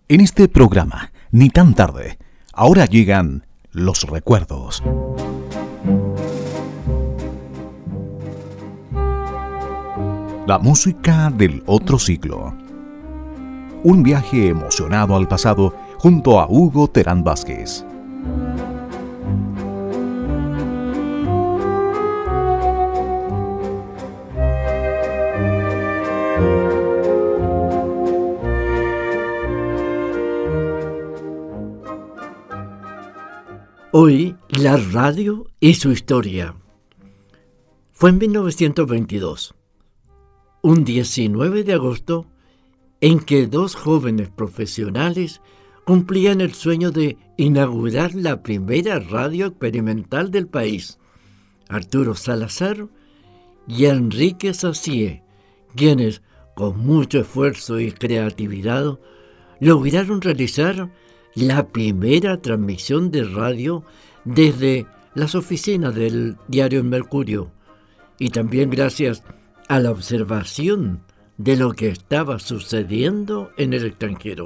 En este programa, ni tan tarde, ahora llegan los recuerdos. La música del otro siglo. Un viaje emocionado al pasado junto a Hugo Terán Vázquez. Hoy, la radio y su historia. Fue en 1922, un 19 de agosto, en que dos jóvenes profesionales cumplían el sueño de inaugurar la primera radio experimental del país, Arturo Salazar y Enrique Sacie, quienes, con mucho esfuerzo y creatividad, lograron realizar la primera transmisión de radio desde las oficinas del diario El Mercurio, y también gracias a la observación de lo que estaba sucediendo en el extranjero.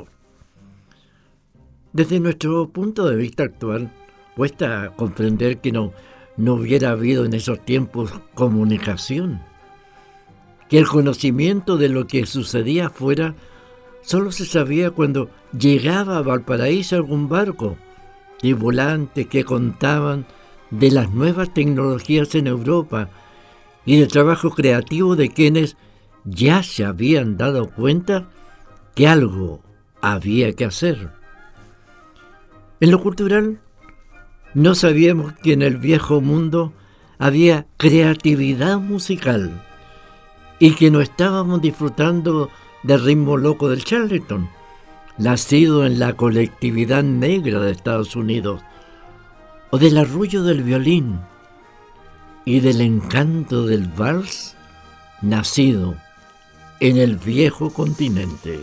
Desde nuestro punto de vista actual, cuesta comprender que no hubiera habido en esos tiempos comunicación, que el conocimiento de lo que sucedía afuera solo se sabía cuando llegaba a Valparaíso algún barco, tripulantes que contaban de las nuevas tecnologías en Europa y del trabajo creativo de quienes ya se habían dado cuenta que algo había que hacer. En lo cultural, no sabíamos que en el viejo mundo había creatividad musical y que no estábamos disfrutando del ritmo loco del Charleston, nacido en la colectividad negra de Estados Unidos, o del arrullo del violín y del encanto del vals, nacido en el viejo continente.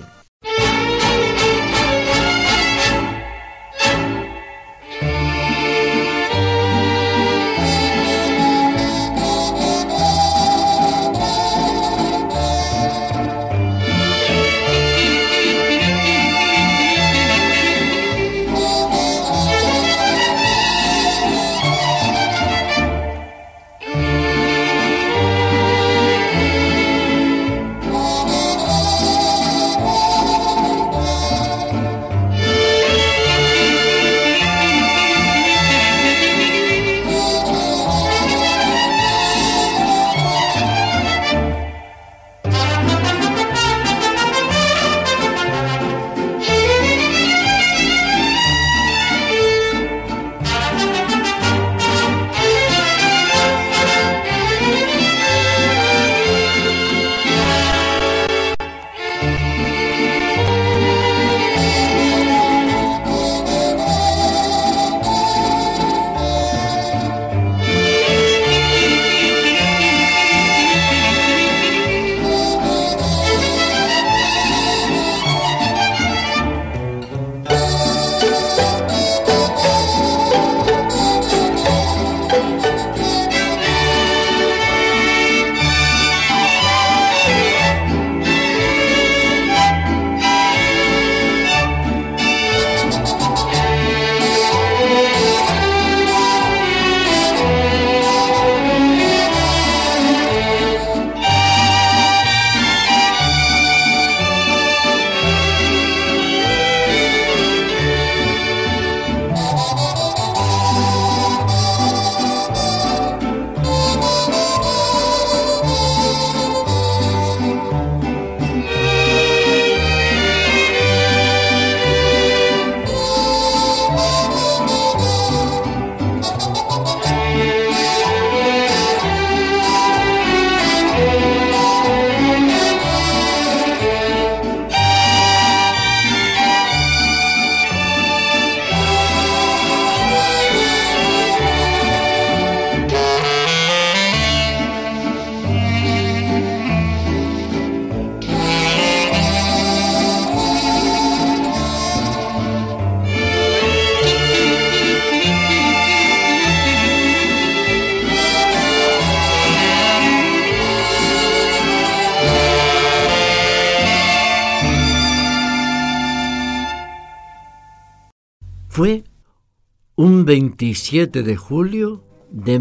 Fue un 27 de julio de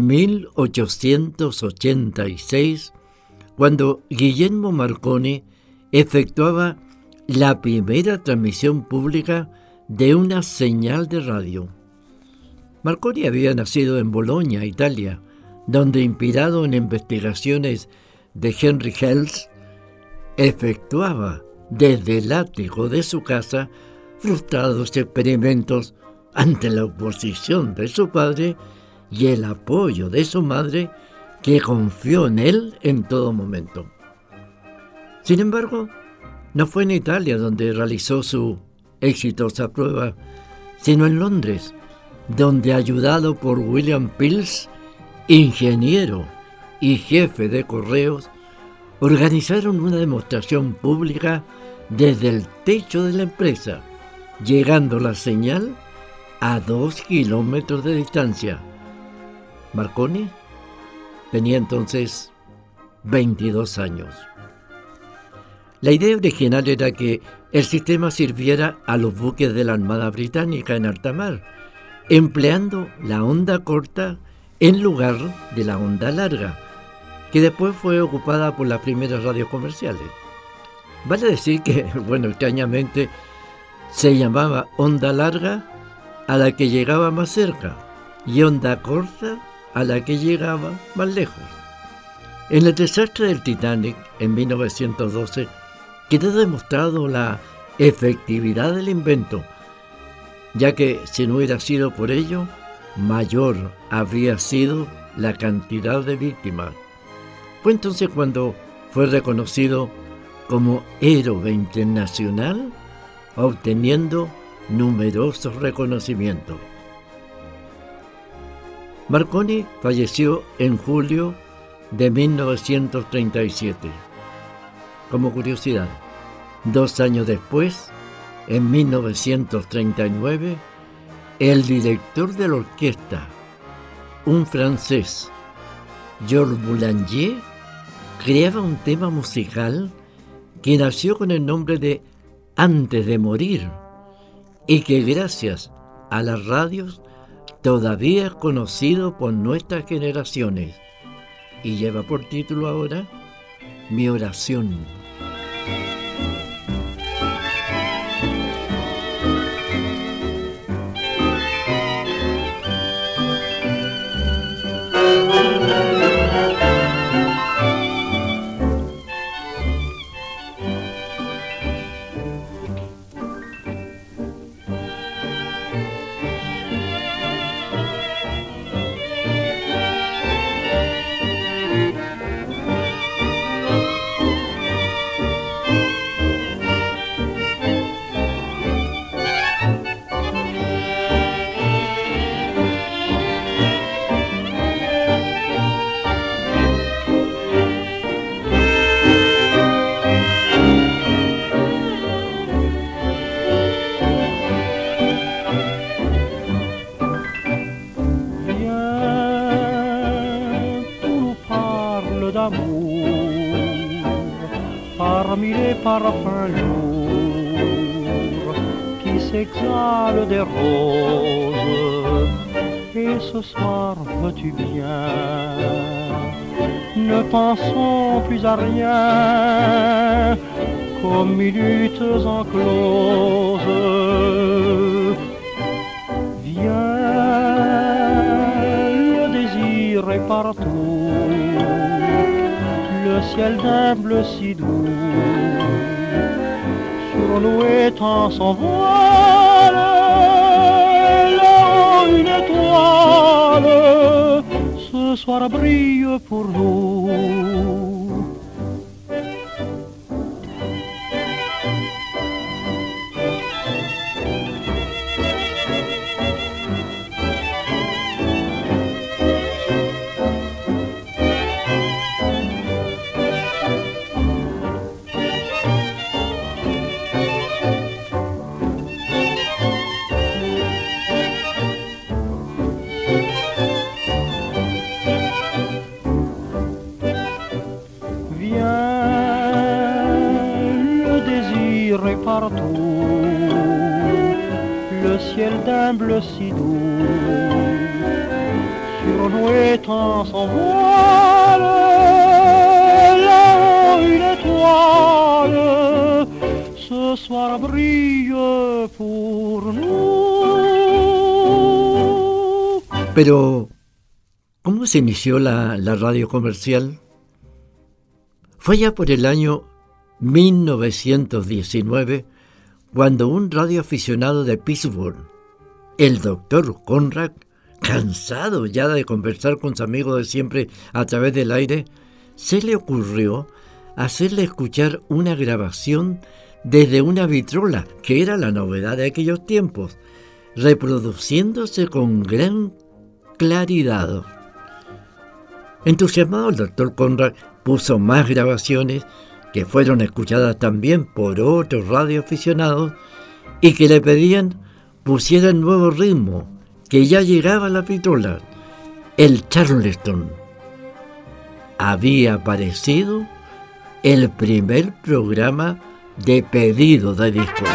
1886 cuando Guillermo Marconi efectuaba la primera transmisión pública de una señal de radio. Marconi había nacido en Bolonia, Italia, donde, inspirado en investigaciones de Henry Hales, efectuaba desde el ático de su casa frustrados experimentos ante la oposición de su padre y el apoyo de su madre, que confió en él en todo momento. Sin embargo, no fue en Italia donde realizó su exitosa prueba, sino en Londres, donde, ayudado por William Pills, ingeniero y jefe de correos, organizaron una demostración pública desde el techo de la empresa, llegando la señal a 2 kilómetros de distancia. Marconi tenía entonces 22 años. La idea original era que el sistema sirviera a los buques de la Armada Británica en alta mar, empleando la onda corta en lugar de la onda larga, que después fue ocupada por las primeras radios comerciales. Vale decir que, extrañamente, se llamaba onda larga a la que llegaba más cerca y onda corta a la que llegaba más lejos. En el desastre del Titanic, en 1912, quedó demostrado la efectividad del invento, ya que si no hubiera sido por ello, mayor habría sido la cantidad de víctimas. Fue entonces cuando fue reconocido como héroe internacional, obteniendo numerosos reconocimientos. Marconi falleció en julio de 1937. Como curiosidad, 2 años después, en 1939, el director de la orquesta, un francés, Georges Boulanger, creaba un tema musical que nació con el nombre de Antes de morir y que, gracias a las radios, todavía es conocido por nuestras generaciones y lleva por título ahora Mi oración. Parmi les parfums lourds qui s'exhalent des roses, et ce soir veux-tu bien, ne pensons plus à rien qu'aux minutes encloses. Viens, le désir est partout, le ciel d'un bleu si doux, sur nous étend son voile, là-haut une étoile, ce soir brille pour nous. le ciel d'un bleu si doux. Sur nous étend son voile, là-haut une étoile, ce soir brille pour nous. Pero, ¿cómo se inició la radio comercial? Fue ya por el año 1919, cuando un radioaficionado de Pittsburgh, el doctor Conrad, cansado ya de conversar con su amigo de siempre a través del aire, se le ocurrió hacerle escuchar una grabación desde una vitrola, que era la novedad de aquellos tiempos, reproduciéndose con gran claridad. Entusiasmado, el doctor Conrad puso más grabaciones que fueron escuchadas también por otros radioaficionados y que le pedían pusiera el nuevo ritmo que ya llegaba a la vitrola, el Charleston. Había aparecido el primer programa de pedido de discos.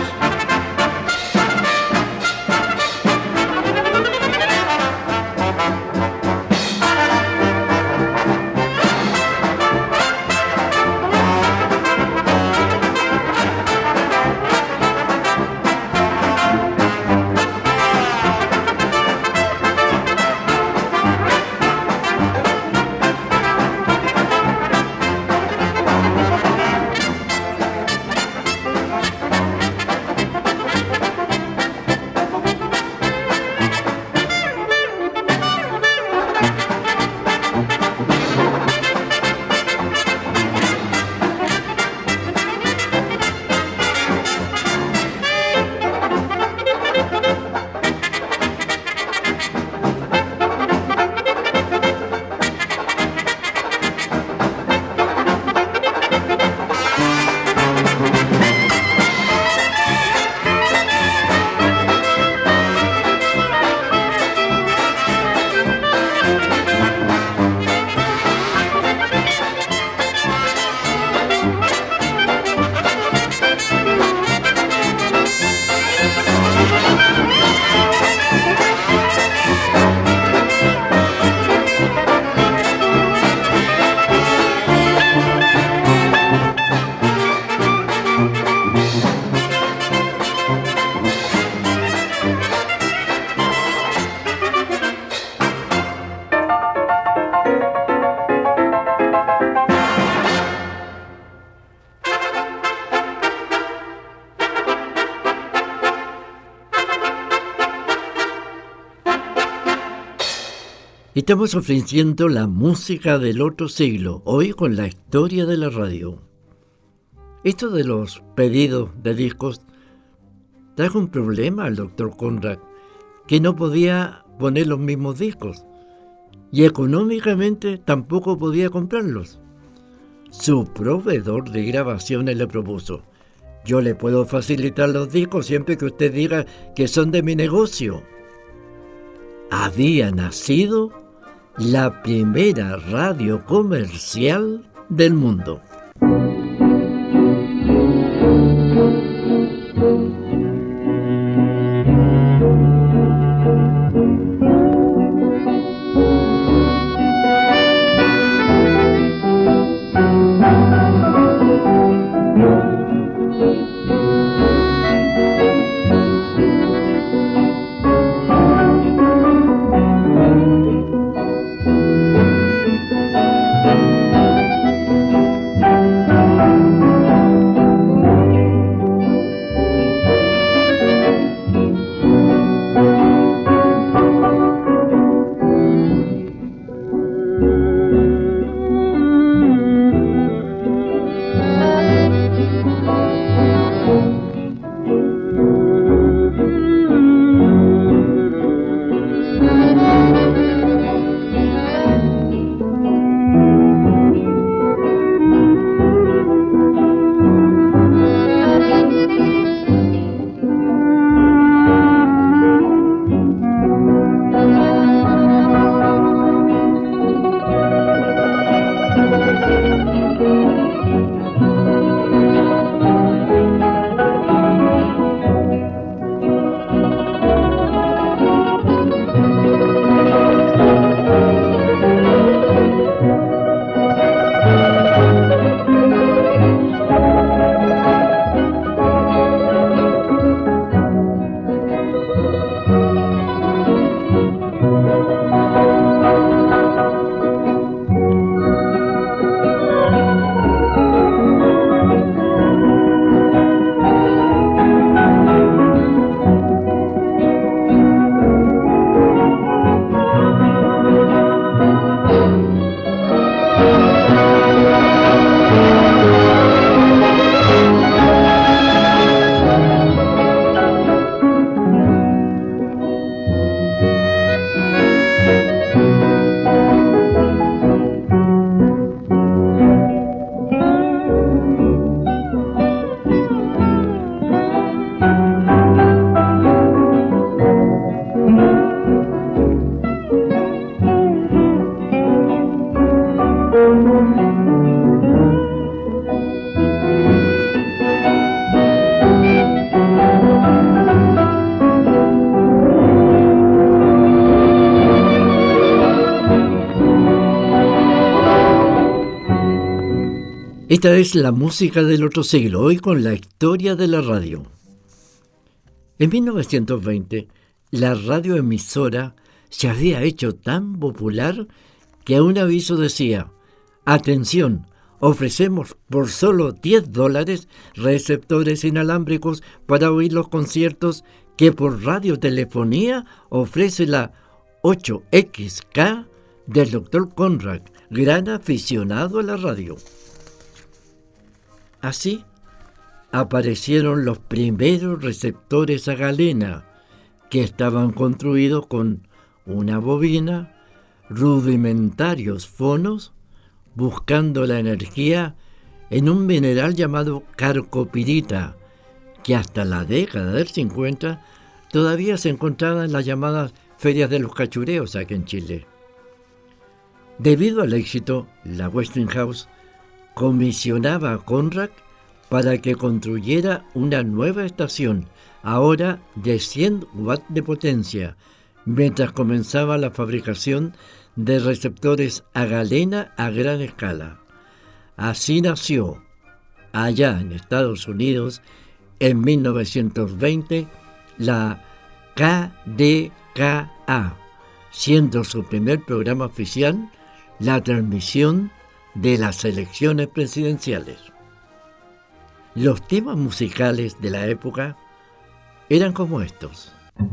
Estamos ofreciendo la música del otro siglo, hoy con la historia de la radio. Esto de los pedidos de discos trajo un problema al doctor Conrad, que no podía poner los mismos discos y económicamente tampoco podía comprarlos. Su proveedor de grabaciones le propuso: yo le puedo facilitar los discos siempre que usted diga que son de mi negocio. Había nacido la primera radio comercial del mundo. Esta es la música del otro siglo, hoy con la historia de la radio. En 1920, la radioemisora se había hecho tan popular que un aviso decía: atención, ofrecemos por solo $10 receptores inalámbricos para oír los conciertos que por radiotelefonía ofrece la 8XK del Dr. Conrad, gran aficionado a la radio. Así aparecieron los primeros receptores a galena, que estaban construidos con una bobina, rudimentarios fonos, buscando la energía en un mineral llamado carcopirita, que hasta la década del 50 todavía se encontraba en las llamadas ferias de los cachureos aquí en Chile. Debido al éxito, la Westinghouse comisionaba a Conrad para que construyera una nueva estación, ahora de 100 watts de potencia, mientras comenzaba la fabricación de receptores a galena a gran escala. Así nació, allá en Estados Unidos, en 1920, la KDKA, siendo su primer programa oficial la transmisión de las elecciones presidenciales. Los temas musicales de la época eran como estos.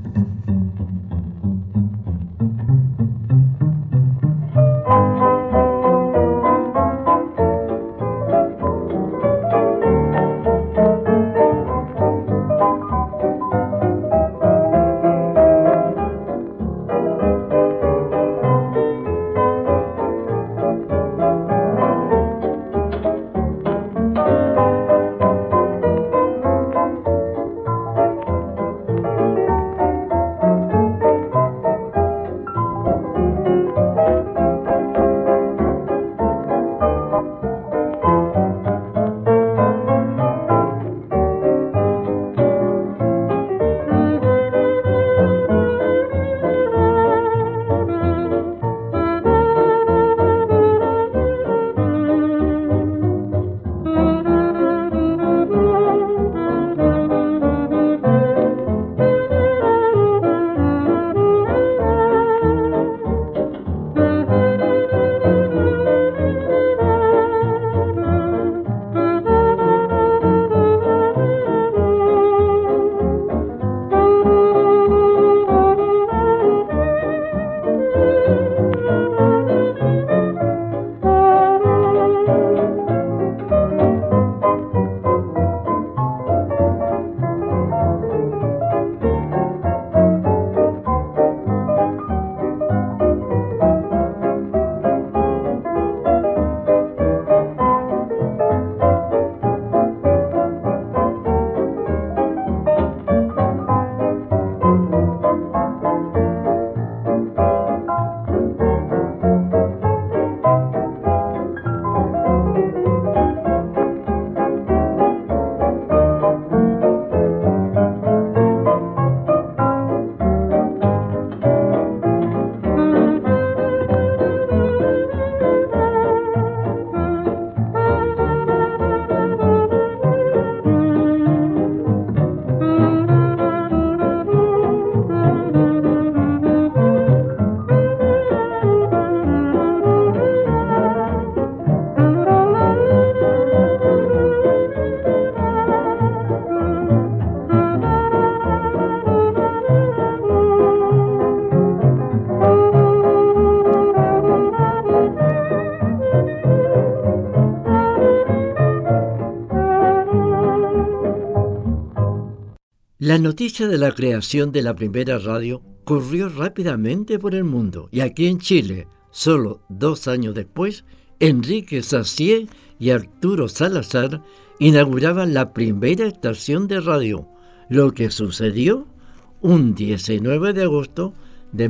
La noticia de la creación de la primera radio corrió rápidamente por el mundo y aquí en Chile, solo 2 años después, Enrique Sacié y Arturo Salazar inauguraban la primera estación de radio, lo que sucedió un 19 de agosto de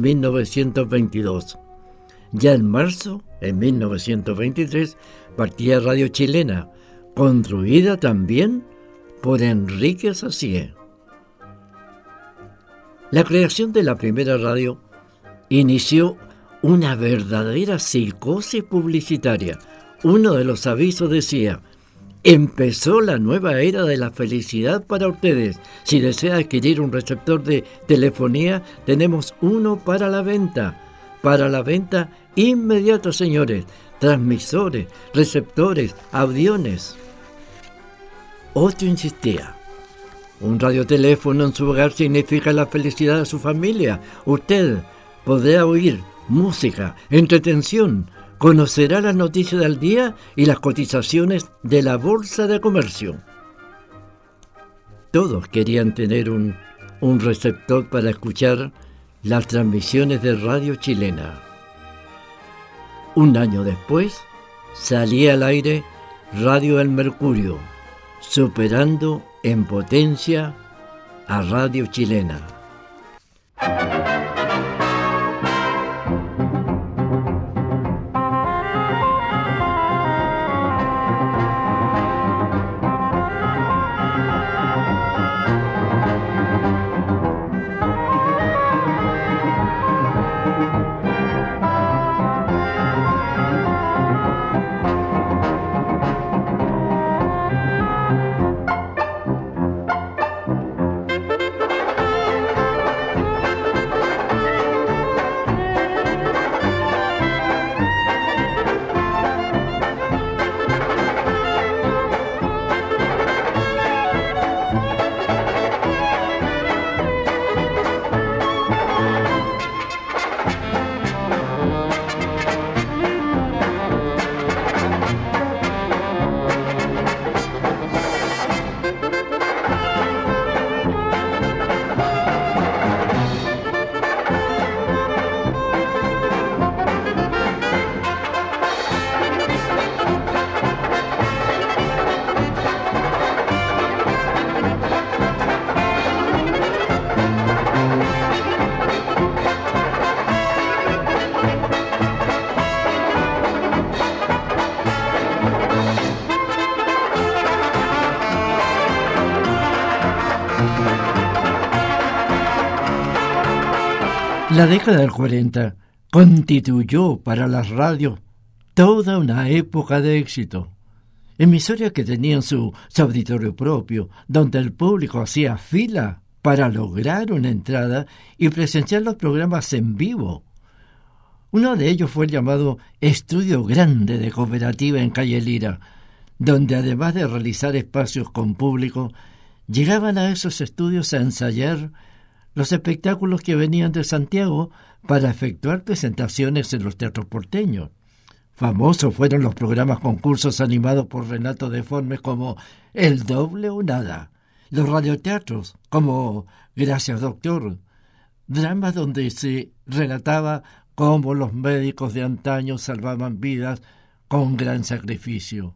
1922. Ya en marzo, en 1923, partía Radio Chilena, construida también por Enrique Sacié. La creación de la primera radio inició una verdadera psicosis publicitaria. Uno de los avisos decía: Empezó la nueva era de la felicidad para ustedes. Si desea adquirir un receptor de telefonía, tenemos uno para la venta. Para la venta inmediata, señores. Transmisores, receptores, aviones. Otro insistía. Un radioteléfono en su hogar significa la felicidad de su familia. Usted podrá oír música, entretención, conocerá las noticias del día y las cotizaciones de la Bolsa de Comercio. Todos querían tener un receptor para escuchar las transmisiones de radio chilena. Un año después, salía al aire Radio El Mercurio, superando en potencia a Radio Chilena. La década del 40 constituyó para las radios toda una época de éxito. Emisoras que tenían su auditorio propio, donde el público hacía fila para lograr una entrada y presenciar los programas en vivo. Uno de ellos fue el llamado Estudio Grande de Cooperativa en Calle Lira, donde además de realizar espacios con público, llegaban a esos estudios a ensayar los espectáculos que venían de Santiago para efectuar presentaciones en los teatros porteños. Famosos fueron los programas concursos animados por Renato Deformes como El Doble o Nada, los radioteatros como Gracias Doctor, dramas donde se relataba cómo los médicos de antaño salvaban vidas con gran sacrificio.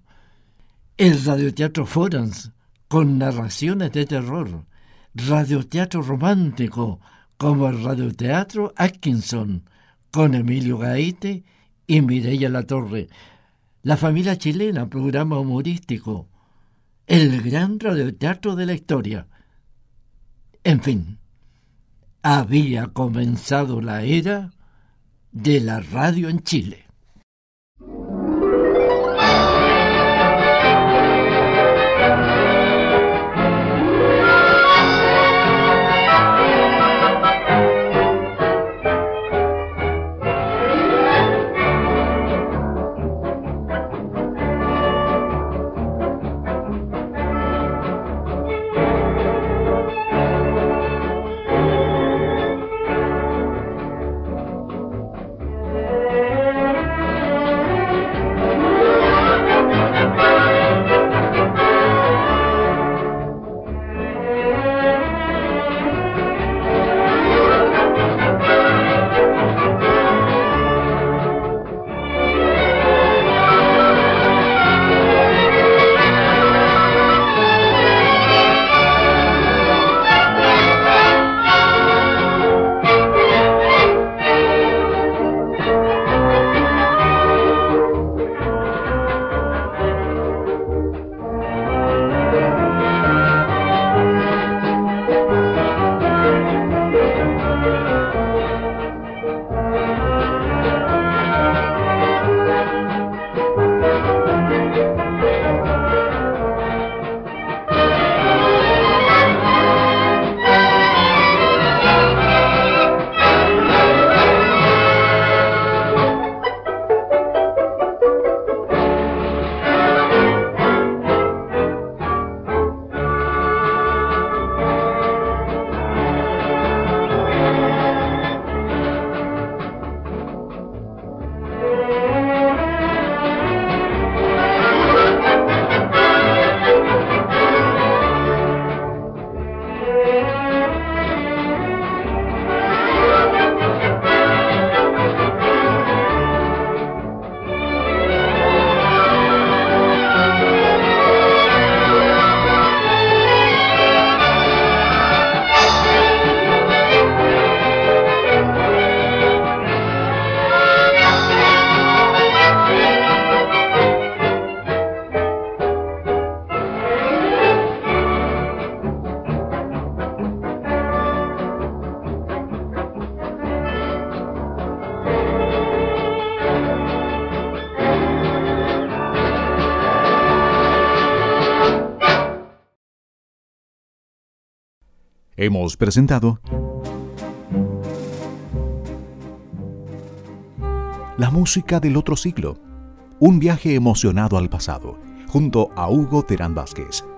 El radioteatro Forans, con narraciones de terror, radioteatro romántico, como el radioteatro Atkinson, con Emilio Gaite y Mireia Latorre, La Familia Chilena, programa humorístico, el gran radioteatro de la historia. En fin, había comenzado la era de la radio en Chile. Hemos presentado La música del otro siglo, un viaje emocionado al pasado, junto a Hugo Terán Vázquez.